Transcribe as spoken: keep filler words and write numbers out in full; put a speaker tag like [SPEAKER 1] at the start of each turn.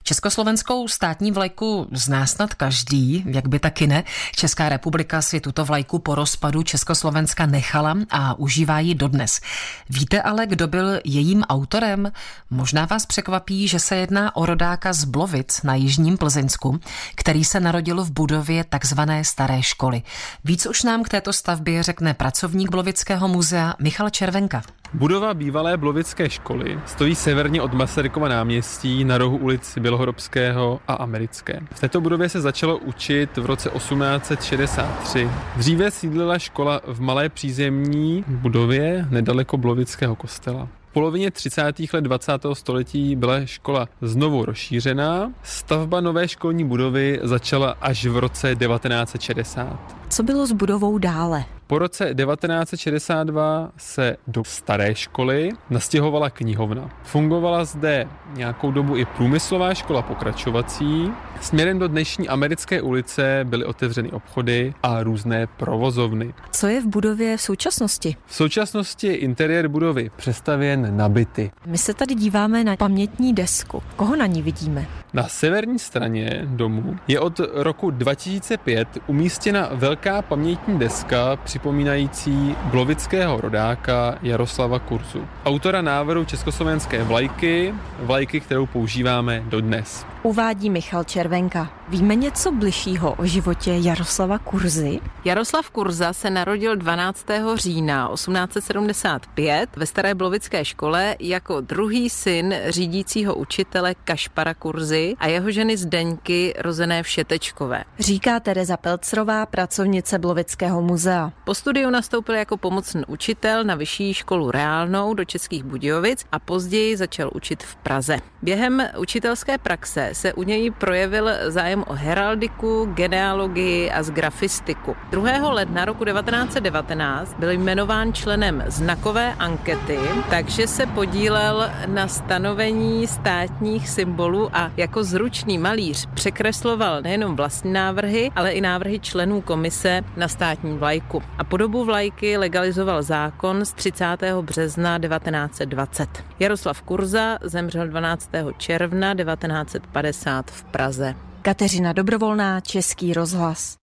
[SPEAKER 1] Československou státní vlajku zná snad každý, jak by taky ne. Česká republika si tuto vlajku po rozpadu Československa nechala a užívá ji dodnes. Víte ale, kdo byl jejím autorem? Možná vás překvapí, že se jedná o rodáka z Blovic na jižním Plzeňsku, který se narodil v budově takzvané Staré školy. Víc už nám k této stavbě řekne pracovník Blovického muzea Michal Červenka.
[SPEAKER 2] Budova bývalé Blovické školy stojí severně od Masarykova náměstí na rohu ulic Bělohorobského a Americké. V této budově se začalo učit v roce osmnáct set šedesát tři. Dříve sídlila škola v malé přízemní budově nedaleko Blovického kostela. V polovině třicátých let dvacátého století byla škola znovu rozšířená. Stavba nové školní budovy začala až v roce devatenáct set šedesát.
[SPEAKER 3] Co bylo s budovou dále?
[SPEAKER 2] Po roce devatenáct set šedesát dva se do Staré školy nastěhovala knihovna. Fungovala zde nějakou dobu i průmyslová škola pokračovací. Směrem do dnešní Americké ulice byly otevřeny obchody a různé provozovny.
[SPEAKER 3] Co je v budově v současnosti?
[SPEAKER 2] V současnosti je interiér budovy přestavěn na byty.
[SPEAKER 3] My se tady díváme na pamětní desku. Koho na ní vidíme?
[SPEAKER 2] Na severní straně domu je od roku dva tisíce pět umístěna velká pamětní deska připomínající blovického rodáka Jaroslava Kurzu, autora návrhu československé vlajky, vlajky, kterou používáme dodnes.
[SPEAKER 3] Uvádí Michal Červenka. Víme něco bližšího o životě Jaroslava Kurzy?
[SPEAKER 4] Jaroslav Kurza se narodil dvanáctého října osmnáct set sedmdesát pět ve Staré blovické škole jako druhý syn řídícího učitele Kašpara Kurzy a jeho ženy Zdeňky, rozené v Šetečkové.
[SPEAKER 3] Říká Tereza Pelcrová, pracovnice Blovického muzea.
[SPEAKER 4] Po studiu nastoupil jako pomocný učitel na vyšší školu reálnou do Českých Budějovic a později začal učit v Praze. Během učitelské praxe se u něj projevil zájem o heraldiku, genealogii a z grafistiku. druhého ledna roku devatenáct set devatenáct byl jmenován členem znakové ankety, takže se podílel na stanovení státních symbolů a jako zručný malíř překresloval nejenom vlastní návrhy, ale i návrhy členů komise na státní vlajku. A podobu vlajky legalizoval zákon z třicátého března devatenáct set dvacet. Jaroslav Kurza zemřel dvanáctého června devatenáct set padesát v Praze.
[SPEAKER 3] Kateřina Dobrovolná, Český rozhlas.